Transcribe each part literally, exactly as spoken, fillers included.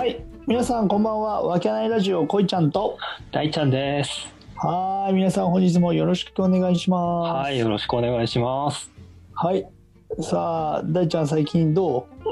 はい、皆さんこんばんは。わけないラジオこいちゃんと大ちゃんです。 はい、皆さん本日もよろしくお願いします。 はい、よろしくお願いします。 はい、さあ大ちゃん最近どう？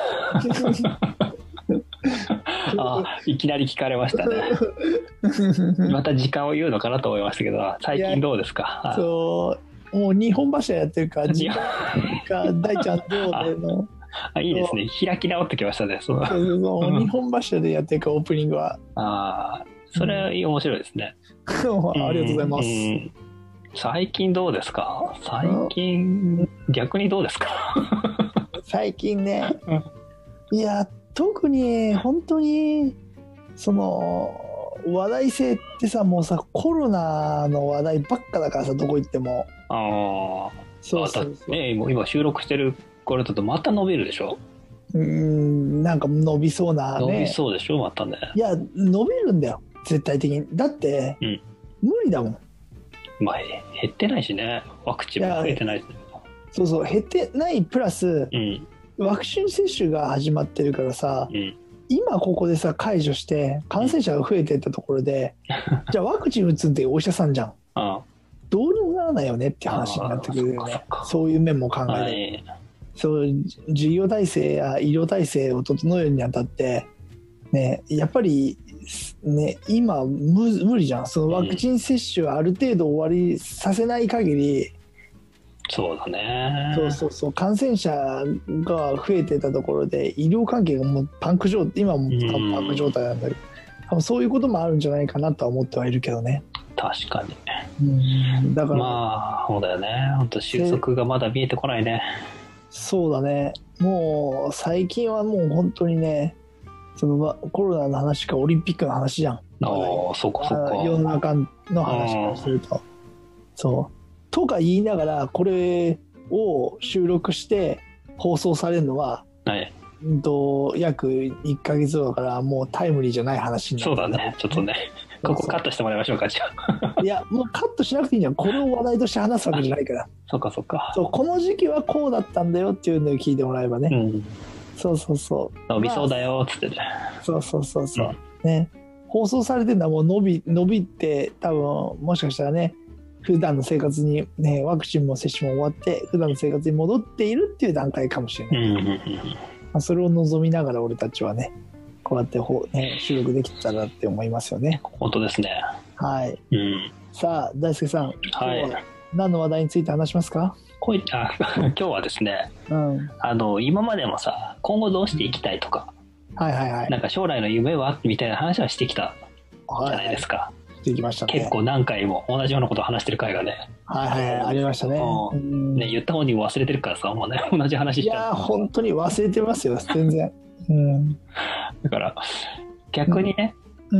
あ、いきなり聞かれましたね。また時間を言うのかなと思いましたけど、最近どうですか？ そうもう日本柱やってるから時間か大ちゃんどうでのあ、いいですね。開き直ってきましたね。そうそうそうそう、日本柱でやってるからオープニングは。 ああ、それは面白いですね。 ありがとうございます。うんうん、 最近どうですか？最近逆にどうですか？ 最近ね、いや特に本当にその話題性ってさ、もうさコロナの話題ばっかだからさ、どこ行っても。 ああ、 そうそうそう、 ね、今収録してるこれだとまた伸びるでしょ。 うーん、なんか伸びそうなね。 伸びそうでしょまたね。 いや伸びるんだよ絶対的に。だって、うん、無理だもん。 まあ減ってないしね、ワクチンも増えてないし、ね、 そうそう、減ってないプラス、うん、ワクチン接種が始まってるからさ、うん、今ここでさ解除して感染者が増えていったところで、うん、じゃあワクチン打つってお医者さんじゃん。ああ、どうにもならないよねって話になってくるよね。そういう面も考えて、はい、そう事業体制や医療体制を整えるにあたって、ね、やっぱり、ね、今 無, 無理じゃん。そのワクチン接種をある程度終わりさせない限り、うん、 そうだね。 そうそうそう、感染者が増えてたところで医療関係がもうパンク状態、今もパンク状態なんだけど、多分そういうこともあるんじゃないかなとは思ってはいるけどね。 確かに。 うん、だからまあそうだよね。本当収束がまだ見えてこないね。 そうだね。もう最近はもう本当にね、そのコロナの話かオリンピックの話じゃん。 ああ、そうかそうか。 世の中の話からすると、そうとか言いながらこれを収録して放送されるのは、はい、うんと約いっかげつごだからもうタイムリーじゃない話になる。 そうだね。ちょっとね、ここカットしてもらいましょうか。じゃあいやもうカットしなくていいんじゃん。これを話題として話すわけじゃないから。 そうかそうか。 そう、この時期はこうだったんだよっていうのを聞いてもらえばね、うん、そうそうそう、 伸びそうだよっつってね、 まあ、そうそうそうそう、うん、ね、放送されてるのはもう伸び伸びって多分もしかしたらね、普段の生活にね、ワクチンも接種も終わって普段の生活に戻っているっていう段階かもしれない、うんうんうん、まあ、それを望みながら俺たちはねこうやってほ、ね、収録できたらって思いますよね。 本当ですね。 はい、うん、さあ大輔さん、はい、今日は何の話題について話しますか？ こいあ今日はですね、うん、あの今までもさ、今後どうしていきたいとか、はいはいはい、なんか将来の夢はみたいな話はしてきたじゃないですか、はいはい、してきましたね。結構何回も同じようなことを話してる回がね、はいはいはい、ありましたね。うん、ね、言った本人忘れてるからさ、もうね、同じ話しちゃう。いや本当に忘れてますよ全然、うん、 だから逆にね、うん、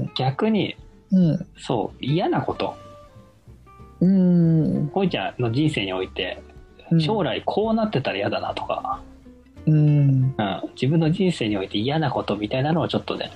逆に、うん、そう嫌なこと、うん、こいちゃんの人生において将来こうなってたら嫌だなとか、うんうん、自分の人生において嫌なことみたいなのをちょっとね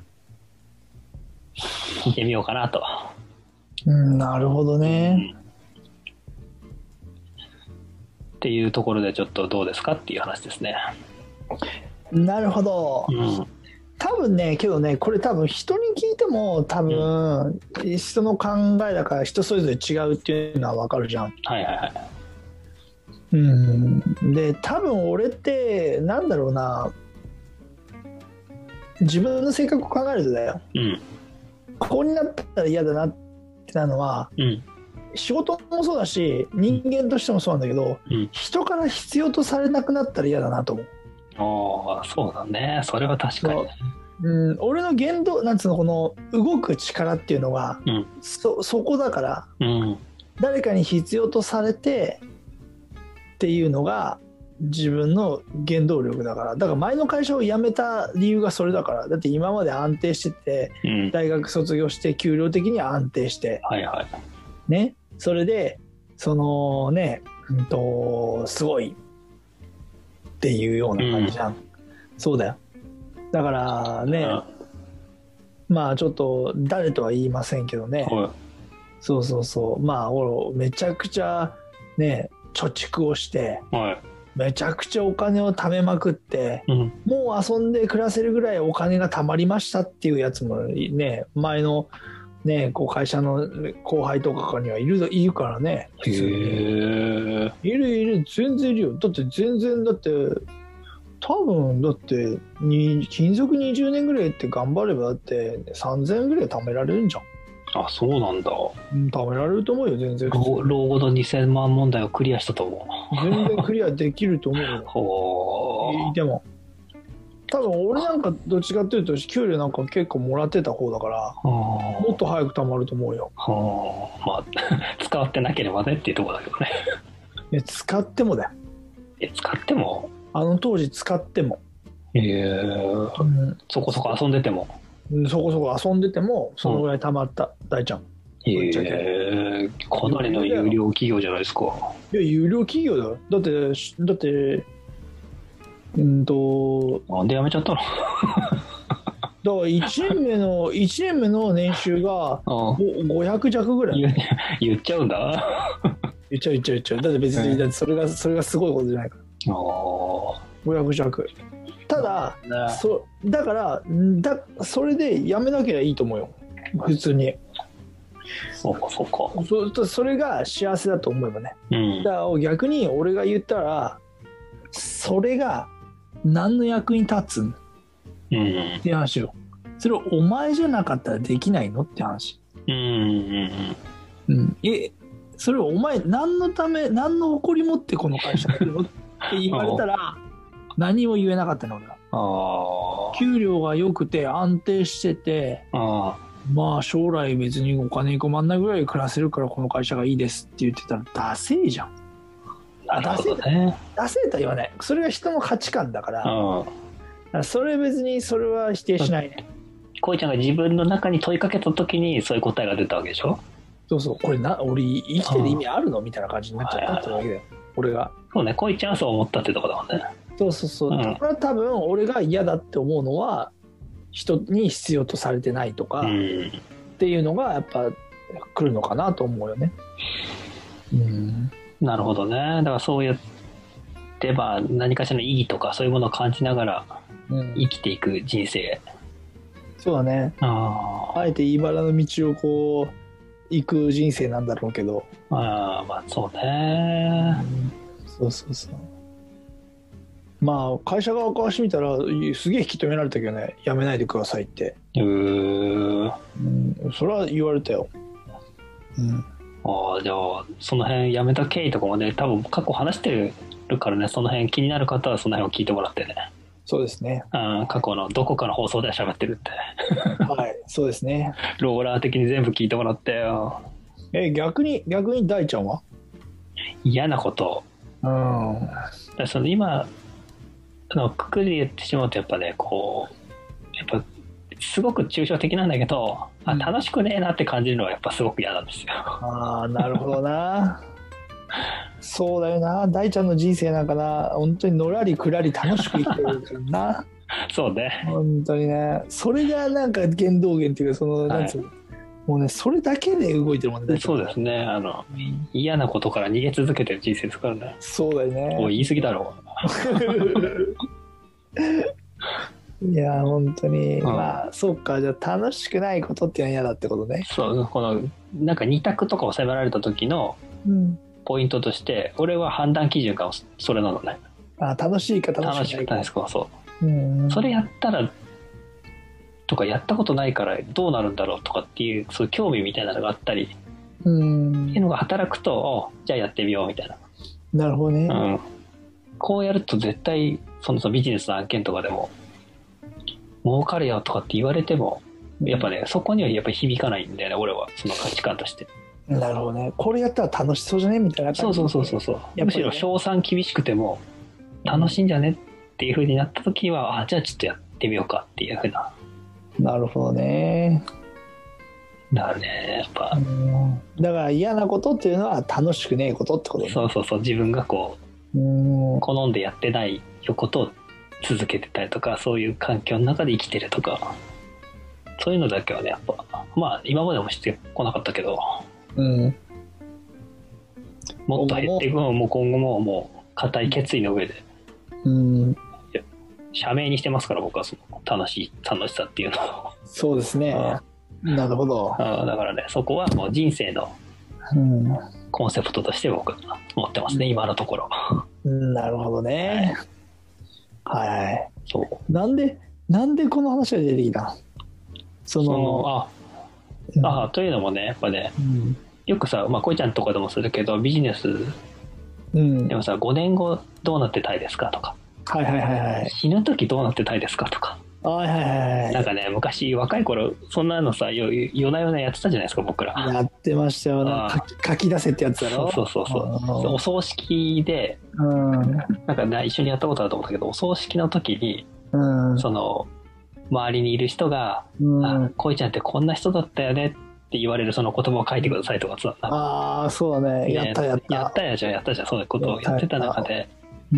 聞いてみようかなと、 うん、なるほどね、 うん、っていうところでちょっとどうですかっていう話ですね。 なるほど、うん、多分ね、けどね、これ多分人に聞いても多分、うん、人の考えだから人それぞれ違うっていうのは分かるじゃん。はいはいはい。うん、で多分俺ってなんだろうな、自分の性格を考えるとだよ、うん、こうになったら嫌だなってなのは、うん、仕事もそうだし人間としてもそうなんだけど、うん、人から必要とされなくなったら嫌だなと思う。 ああ、そうだね。それは確かに。 うん、俺の言動なんつうの、この動く力っていうのは、うん、そ, そこだから、うん、誰かに必要とされてっていうのが自分の原動力だから。だから前の会社を辞めた理由がそれだから。だって今まで安定してて、うん、大学卒業して給料的には安定して、はいはい、ね、それでそのね、うんとすごいっていうような感じじゃん、うん、そうだよ。だからね、うん、まあちょっと誰とは言いませんけどね、はい、そうそうそう、まあ俺めちゃくちゃね貯蓄をして、はい、 めちゃくちゃお金を貯めまくって、 うん、 もう遊んで暮らせるぐらいお金が貯まりましたっていうやつもね、前のね、こう会社の後輩とかにはいるいるからね。 へえ。 いるいる、全然いるよ。だって全然、だって多分だってに勤続にじゅうねんぐらいって頑張ればだってさんぜんえんぐらい貯められるんじゃん。 あ、そうなんだ。 うん、貯められると思うよ、全然。 老老後のにせんまん問題をクリアしたと思う。全然クリアできると思うよ。 ほー。でも多分俺なんかどっちかっていうと給料なんか結構もらってた方だからもっと早く貯まると思うよ。 はあ、まあ使ってなければねっていうところだけどね。 いや使ってもだよ。 え、使っても？ あの当時使っても。 えー、うん、そこそこ遊んでても。 そこそこ遊んでてもそのぐらい貯まった、うん、大ちゃん。 えー、かなりの有料企業じゃないですか。 いや有料企業だよ。だってだってうんとなんで辞めちゃったの？だからいちねんめのいちねんめの年収がごひゃく弱ぐらい。 言, 言っちゃうんだ。 言っちゃう言っちゃう言っちゃう。だって別に、だってそれがそれがすごいことじゃないから。ああ。ごひゃく弱。ただ、ね、そだからだそれでやめなければいいと思うよ。普通に。 そうかそうか。 そそれが幸せだと思えばね。 うん、 だから逆に俺が言ったらそれが何の役に立つん、 うん、 って話よ。それをお前じゃなかったらできないのって話。 うんうんうん、えそれをお前何のため何の誇り持ってこの会社やるのって言われたら何も言えなかったの俺は。 あ給料が良くて安定してて、 あまあ将来別にお金困んないぐらい暮らせるからこの会社がいいですって言ってたらダセーじゃん。 なるほどね。 ダセーとは言わない。それが人の価値観だから、うん、だからそれ別にそれは否定しないね。 こいちゃんが自分の中に問いかけた時にそういう答えが出たわけでしょ。 そうそう、これな俺生きてる意味あるのみたいな感じになっちゃったってわけだよ、俺が。 そうね、こいちゃんはそう思ったってとこだもんね。 そうそうそう、うん、これは多分俺が嫌だって思うのは人に必要とされてないとか、うん、っていうのがやっぱ来るのかなと思うよね。 うん、なるほどね。だからそうやってまあ何かしらの意義とかそういうものを感じながら生きていく人生、 うん、そうだね。 あ, あえて茨の道をこう行く人生なんだろうけど。 ああ、まあそうね、 うん、そうそうそう。まあ会社側からしてみたらすげえ引き止められたけどね、辞めないでくださいって。 うー、 うん、それは言われたよ。 うん、ああ、じゃあその辺辞めた経緯とかもね多分過去話してるからね、その辺気になる方はその辺を聞いてもらってね。 そうですね、 うん、過去のどこかの放送では喋ってるってはいそうですね。 ローラー的に全部聞いてもらってよ。 え逆に逆に大ちゃんは嫌なこと、 うん、 だその今のくくりで言ってしまうとやっぱねこうやっぱすごく抽象的なんだけど、うん、あ楽しくねえなって感じるのはやっぱすごく嫌なんですよ。 ああなるほどな。そうだよな、大ちゃんの人生なんかな本当にのらりくらり楽しく生きてるからな。 そうね、 本当にね、それがなんか原動源っていうかその、はい、なんつうのもうねそれだけで動いてるもんね。 そうですね、あの、うん、嫌なことから逃げ続けてる人生ですからね。 そうだよね。 おい言い過ぎだろう。いや本当に、うん、まあそうか、じゃあ楽しくないことっていうのは嫌だってことね。 そうこのなんか二択とかを迫られた時のポイントとして、うん、俺は判断基準がそれなのね。 あ楽しいか楽しくないか。 楽しくないですか。そう、うん、それやったらとかやったことないからどうなるんだろうとかっていうそういう興味みたいなのがあったり、うん、っていうのが働くとじゃあやってみようみたいな。 なるほどね、 うん、こうやると絶対そのそのビジネスの案件とかでも儲かるよとかって言われてもやっぱね、うん、そこにはやっぱり響かないんだよね俺はその価値観として。 なるほどね、これやったら楽しそうじゃねみたいな感じ。そうそうそうそうそう、ね、むしろ賞賛厳しくても楽しいんじゃねっていう風になった時は、うん、あじゃあちょっとやってみようかっていう風な。 なるほどね。 だからねやっぱ、うん、 だから嫌なことっていうのは楽しくねえことってことね。 そうそうそう、自分がこう、うん、好んでやってないことを続けてたりとかそういう環境の中で生きてるとかそういうのだけはねやっぱまあ今までもしてこなかったけど、うん、もっと減っていくのも今後ももう固い決意の上で、 うん、 社名にしてますから僕はその楽しい楽しさっていうのを。 そうですね。なるほど。 あだからねそこはもう人生のコンセプトとして僕は持ってますね、うん、今のところ。 なるほどね。はい、はい、そうなんでなんでこの話が出てきたそのそのあ、うん、あというのもねやっぱね、うん、よくさ、まあ、こいちゃんとかでもするけどビジネス、うん、でもさごねんごどうなってたいですかとか、 はいはいはいはい、 死ぬ時どうなってたいですかとか、 はいはいはい、 なんかね昔若い頃そんなのさよ夜な夜なやってたじゃないですか僕ら。 やってましたよな。書き出せってやつだろ。 そうそうそうそう。お葬式で、うん、なんか、ね、一緒にやったことあると思ったけどお葬式の時に、うん、その周りにいる人が「うん、あこいちゃんってこんな人だったよね」って言われるその言葉を書いてくださいとかさ。 ああそうだね。ね、やったやったやったやじゃんやったじゃんそういうことをやってた中で、うん、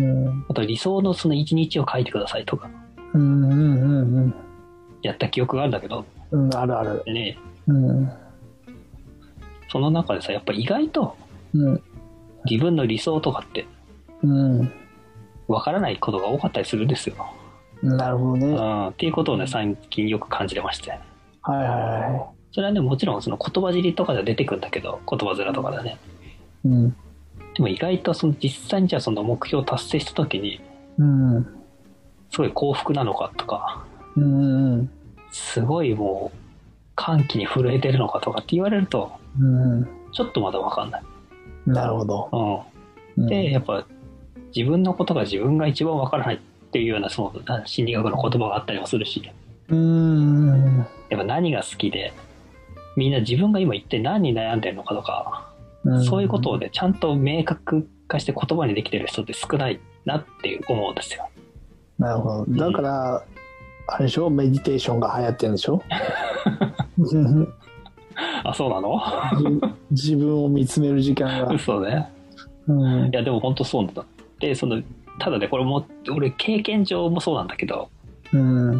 あと理想のその一日を書いてくださいとか。うんうんうんうん。やった記憶があるんだけど、 うん、あるあるね、うん、その中でさやっぱ意外と、うん、自分の理想とかって、うん、分からないことが多かったりするんですよ。 なるほどね、 うん、っていうことをね最近よく感じてまして、 はいはいはい。 それはねもちろんその言葉尻とかで出てくるんだけど言葉面とかでね、うん、でも意外とその実際にじゃあその目標を達成した時に、うん、すごい幸福なのかとか、うん、すごいもう歓喜に震えてるのかとかって言われると、うん、ちょっとまだ分かんない。 なるほど、 うん、でやっぱ自分のことが自分が一番分からないっていうようなその心理学の言葉があったりもするし、うん、やっぱ何が好きでみんな自分が今一体何に悩んでるのかとか、うん、そういうことをねちゃんと明確化して言葉にできてる人って少ないなって思うんですよ。 なるほど。だから、うん、あれでしょメディテーションが流行ってるんでしょあそうなの自分を見つめる時間が。 嘘ね、うん、いやでも本当そうなんだ。でそのただねこれも俺経験上もそうなんだけど、うん、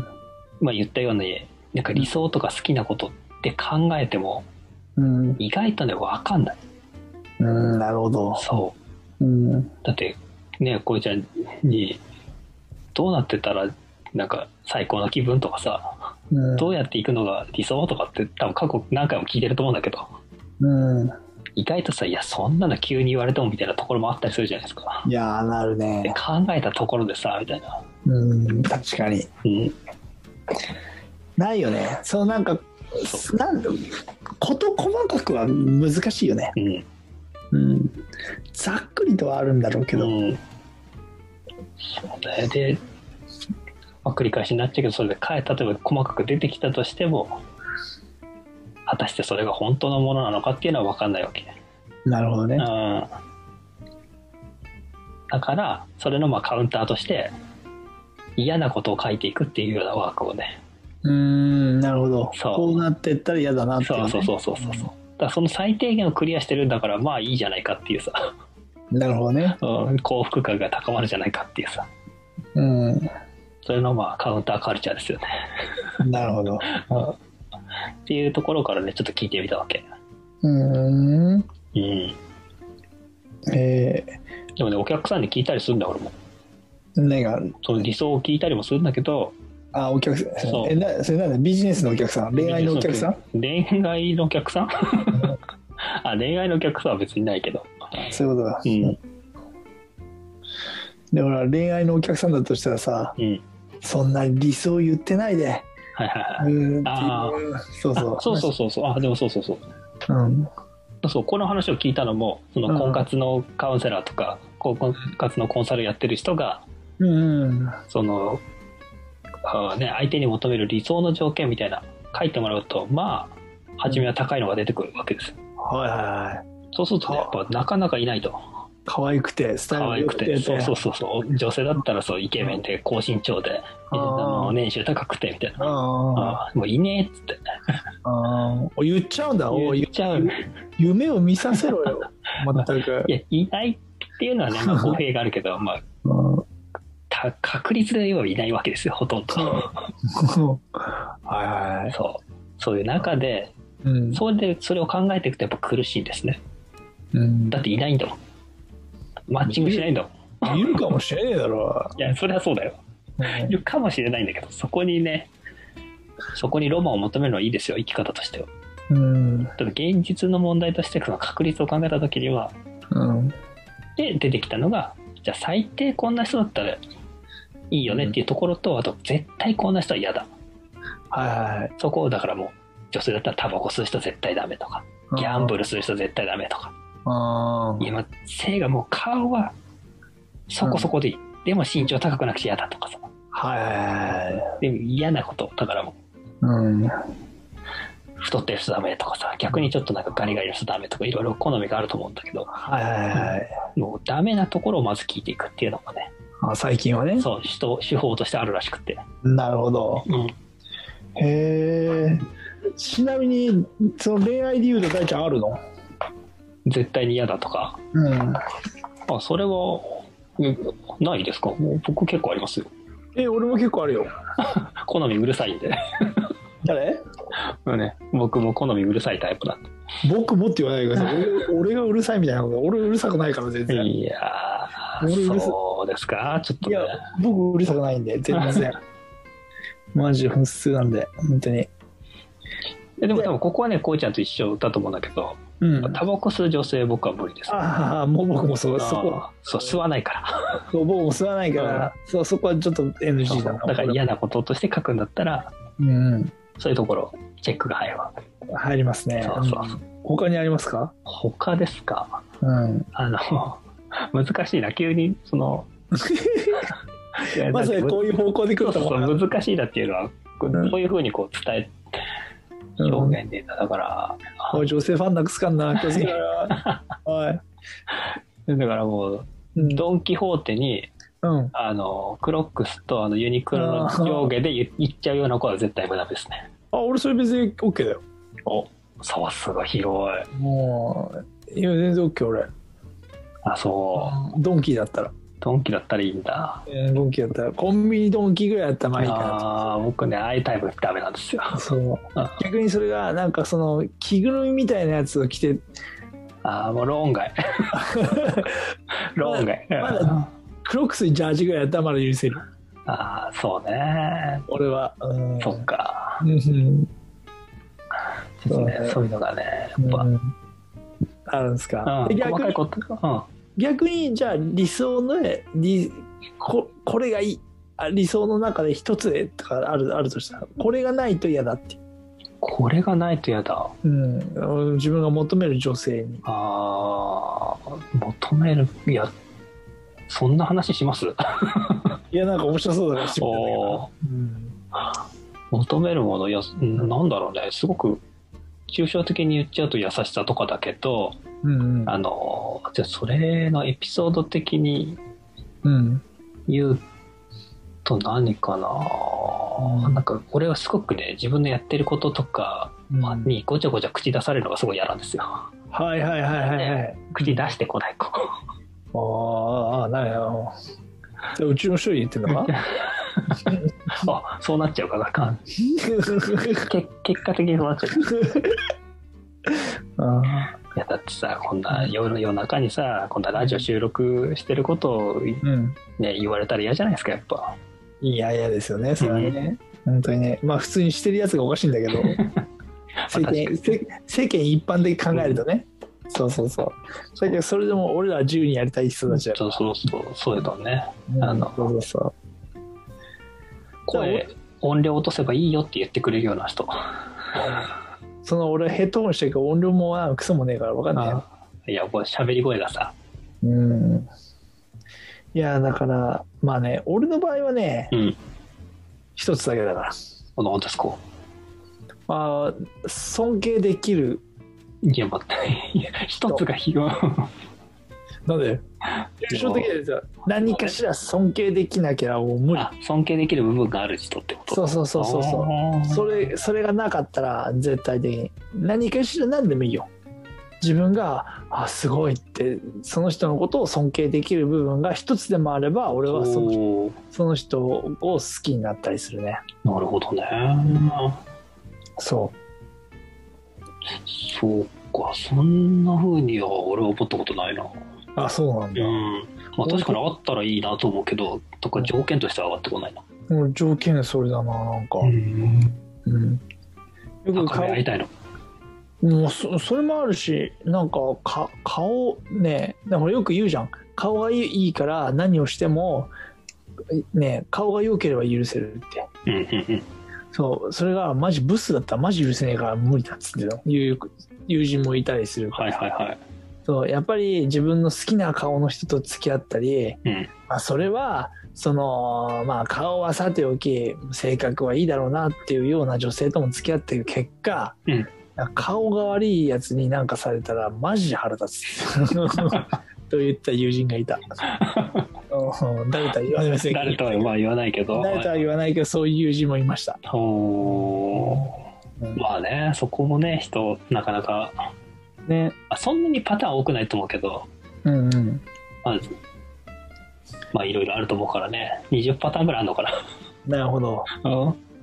今言ったようになんか理想とか好きなことって考えても、うん、意外とね分かんない、 うん、なるほど。 そう、うん、だってねこいちゃんにどうなってたらなんか最高の気分とかさ、うん、どうやっていくのが理想とかって多分過去何回も聞いてると思うんだけど、うん、意外とさいやそんなの急に言われてもみたいなところもあったりするじゃないですか。 いやーなるね。 で考えたところでさみたいな、 うん確かに、うん、ないよね。そうなんかなん事細かくは難しいよね、うんうん、ざっくりとはあるんだろうけど、うん、 そうね。で、まあ、繰り返しになっちゃうけどそれで例えば細かく出てきたとしても果たしてそれが本当のものなのかっていうのは分かんないわけ。 なるほどね、うん、 だからそれのまあカウンターとして嫌なことを書いていくっていうようなワークをね。 うーんなるほど。こうなってったら嫌だなっていう、ね、 そうそうそうそうそう、うん、だからその最低限をクリアしてるんだからまあいいじゃないかっていうさ。 なるほどね、 うん、幸福感が高まるじゃないかっていうさ、うん、それのまあカウンターカルチャーですよね。 なるほど、 うん、っていうところからねちょっと聞いてみたわけ。 うーん、うん、 えー、でもねお客さんに聞いたりするんだ俺も。 何がその理想を聞いたりもするんだけど。 あお客さんそうえなそれなんだビジネスのお客さん恋愛のお客さん恋愛のお客さんあ恋愛のお客さんは別にないけどそういうことだ、うん、でも恋愛のお客さんだとしたらさ、うん、そんな理想言ってないで、はいはいはい、うんあそうそうそうそうそうそうあでもそうそうそう、うん、そうこの話を聞いたのもその婚活のカウンセラーとか、うん、婚活のコンサルやってる人が、うん、そのあ、ね、相手に求める理想の条件みたいな書いてもらうとまあ初めは高いのが出てくるわけです、うん、はいはいはい。そうすると、ね、やっぱなかなかいないと。 可愛くてスタイルが良くてそうそうそうそう女性だったらそうイケメンで高身長であの年収高くてみたいなああもういねえっつってあ言っちゃうんだ。 言っちゃう夢を見させろよ全くいやいないっていうのはね、まあ、語弊があるけどまあ確率ではいないわけですよほとんどはいはいそうそういう中で、うん、それでそれを考えていくとやっぱ苦しいんですね、うん、だっていないんだもんマッチングしないんだもいるかもしれねえだろ。 いやそれはそうだよ、うん、いるかもしれないんだけど、そこにねそこにロマンを求めるのはいいですよ、生き方としては。うん、ただ現実の問題としてその確率を考えた時には、うん、で出てきたのが、じゃあ最低こんな人だったらいいよねっていうところと、うん、あと絶対こんな人は嫌だ、はいはいはい、そこをだからもう女性だったらタバコ吸う人絶対ダメとか、ギャンブルする人絶対ダメとか、あ今性がもう顔はそこそこでいい、うん、でも身長高くなくて嫌だとかさ、はいはいはい、でも嫌なことだからもう、うん、太ってる人ダメとかさ、逆にちょっとなんかガリガリの人ダメとかいろいろ好みがあると思うんだけど、はいはいはい、もうダメなところをまず聞いていくっていうのがね、あ最近はね、そう人手法としてあるらしくて。なるほど、うん、へえ。ちなみにその恋愛でいうと大ちゃんあるの？絶対に嫌だとか、うん、あそれはないですか？もう僕結構ありますよ。え俺も結構あるよ好みうるさいんで誰？ね、僕も好みうるさいタイプなんで。僕もって言わないでください俺, 俺がうるさいみたいなこと、俺うるさくないから全然。いやーそうですか、ちょっと、ね、いや僕うるさくないんで全然マジ普通なんで本当に。でも多分ここはねこうちゃんと一緒だと思うんだけど、うん、タバコ吸う女性僕は無理です、ね、ああもう僕もそうそこそう吸わないからそう僕も吸わないから、うん、そうそこはちょっと エヌジー だな。だから嫌なこととして書くんだったら、うん、そういうところチェックが入るわ。入りますね。そうそうそう。他にありますか？他ですか、うん、あの難しいな急にそのまずこういう方向で来ると思う。そうそう難しいなっていうのはこういうふうにこう伝え表現で、うん、だからおい女性ファンなくすかんな気をつけろよおいだからもう、うん、ドン・キホーテに、うん、あのクロックスとあのユニクロの上下で言っちゃうような子は絶対無駄ですね。あ俺それ別に OK だよ。おさすが広い。もういや全然 OK 俺。あそうドンキだったらドンキだったらいいんだ、えー、ドンキだったらコンビニドンキぐらいだったらまあいいかなと。ああ僕ねああいうタイプダメなんですよ。そう逆にそれがなんかその着ぐるみみたいなやつを着て、ああもう論外論外まだ、まだクロックスにジャージぐらいやったらまだ許せる。ああそうね俺は、うん、そっかうんそうね、そういうのがねやっぱ、うん、あるんですか、うん、逆に細かいこと、うん、逆にじゃあ理想の理 こ, これがいいあ理想の中で一つでとかあるあるとしたらこれがないと嫌だって。これがないと嫌だ、うん、自分が求める女性に。ああ求めるいやそんな話しますいやなんか面白そうだからしてみたんだけど、うん、求めるものいやなんだろうねすごく抽象的に言っちゃうと優しさとかだけど、うんうん、あのじゃあそれのエピソード的に言うと何かな、うん、なんか俺はすごくね自分のやってることとかにごちゃごちゃ口出されるのがすごい嫌なんですよ。はいはいはいはい、はい、口出してこない子ああなるほど。うちの人に言ってんのかあそうなっちゃうかなかけ結果的にそうなっちゃうあいやだってさこんな夜夜中にさこんなラジオ収録してることを、うんね、言われたら嫌じゃないですかやっぱ。いや嫌ですよねそれはね、うん、本当にねまあ普通にしてるやつがおかしいんだけど世間世間一般で考えるとね、うん、そうそうそうだけどそれでも俺らは自由にやりたい人たちだから、そうそうそうそうだね、うん、あのそうそうそう声音量落とせばいいよって言ってくれるような人その俺ヘッドホンしてるから音量もクソもねえから分かんないよ。いやこれ喋り声がさうんいやだからまあね俺の場合はね、うん、一つだけだから何ですか。まあ尊敬できるいや待って一つがひどいなんで抽象的で何かしら尊敬できなきゃもう無理。尊敬できる部分がある人ってこと。そうそうそうそうそうそれそれがなかったら絶対的に何かしら何でもいいよ。自分があすごいってその人のことを尊敬できる部分が一つでもあれば俺はその人その人を好きになったりするね。なるほどね、うん、そうそうかそんな風には俺は思ったことないな。あそうなんだ、うん、 まあ、確かにあったらいいなと思うけど、とか条件としては上がってこないな。 もう条件それだな、なんか。うん。うん、 よく顔やりたいの。 もう そ, それもあるし、なんかか顔ね、だからよく言うじゃん。顔がいいから何をしてもね、顔が良ければ許せるって。 うんうんうん。 そう、それがマジブスだったらマジ許せねえから無理だっつってたいう友人もいたりするから。 はいはいはい。 そう、やっぱり自分の好きな顔の人と付き合ったり、 うん、 まあ、それはそのまあ顔はさておき性格はいいだろうなっていうような女性とも付き合っている結果、 うん、 顔が悪いやつになんかされたらマジ腹立つと言った友人がいた。誰とは言わない誰とはまあ言わないけど誰とは言わないけどそういう友人もいました。 お、うん、まあね、そこもね、人なかなかね、そんなにパターン多くないと思うけど、 うんうん、 まあまあいろいろあると思うからね、にじゅうパターンぐらいあるのかな。 なるほど、 うん、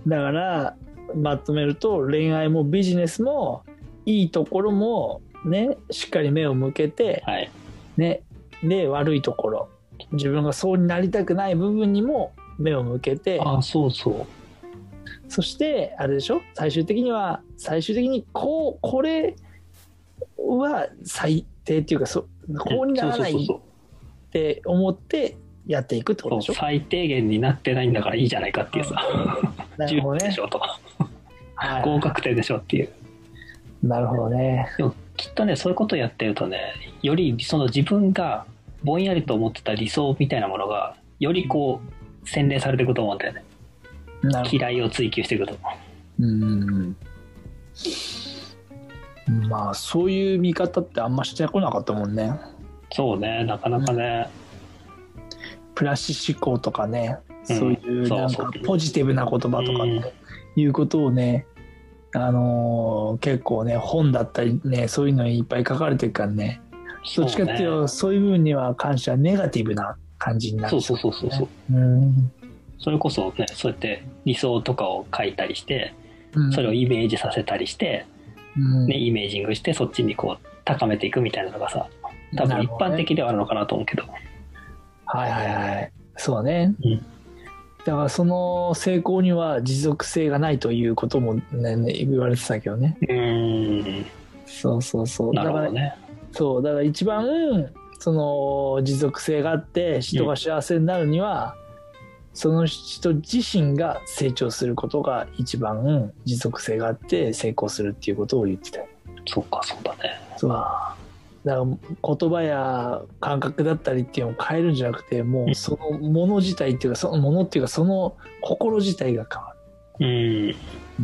だからまとめると恋愛もビジネスもいいところもねしっかり目を向けて、 はい、 ね、で悪いところ自分がそうになりたくない部分にも目を向けて、 あ、そうそう、 そしてあれでしょ、最終的には最終的にこうこれは最低っていうかそこうにならないって思ってやっていくってことでしょ。 最低限になってないんだからいいじゃないかっていうさ、 なるほどね、 でしょと合格点でしょっていう。 なるほどね。 でもきっとね、そういうことをやってるとね、よりその自分がぼんやりと思ってた理想みたいなものがよりこう洗練されていくと思うんだよね。嫌いを追求していくと。 うん、まあそういう見方ってあんましてこなかったもんね。 そうね、なかなかね、 プラス思考とかね、うん、そういうなんかポジティブな言葉とかっていうことをね、あのー、結構ね本だったりねそういうのにいっぱい書かれてるからね、どっちかっていうとそういう部分には関してはネガティブな感じになる、ね、 そうそうそうそう、 うん、 それこそね、そうやって理想とかを書いたりして、うん、それをイメージさせたりして、うんね、イメージングしてそっちにこう高めていくみたいなのがさ、多分一般的ではあるのかなと思うけど、 はいはいはい、そうね、 うん、 だからその成功には持続性がないということも、ねね、言われてたけどね。 うーん、 そうそうそう、 なるほどね。 だからそうだから一番その持続性があって人が幸せになるには、うん、その人自身が成長することが一番持続性があって成功するっていうことを言ってたよ。 そうか、そうだね。 そうだから言葉や感覚だったりっていうのを変えるんじゃなくて、もうそのもの自体っていうか、そのものっていうかその心自体が変わる、 うん、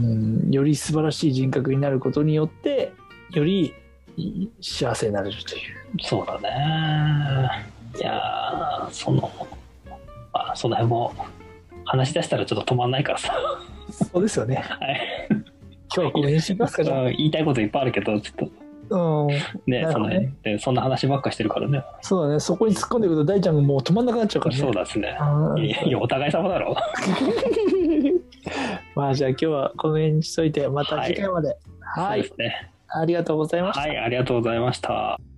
より素晴らしい人格になることによってより幸せになれるという。 そうだね。いやその、まあ、その辺も話し出したらちょっと止まんないからさ。 そうですよね。 はい。 今日はこの辺にしますか。じゃあ言いたいこといっぱいあるけどちょっと。 うん、 ね、そのね、でそんな話ばっかしてるからね。 そうだね、そこに突っ込んでいくと大ちゃんがもう止まんなくなっちゃうからね。 そうですね。いや、いやお互い様だろう。 まあじゃあ今日はこの辺にしといて、また次回まで。 はい、はい、そうですね。 ありがとうございました。 はい、ありがとうございました。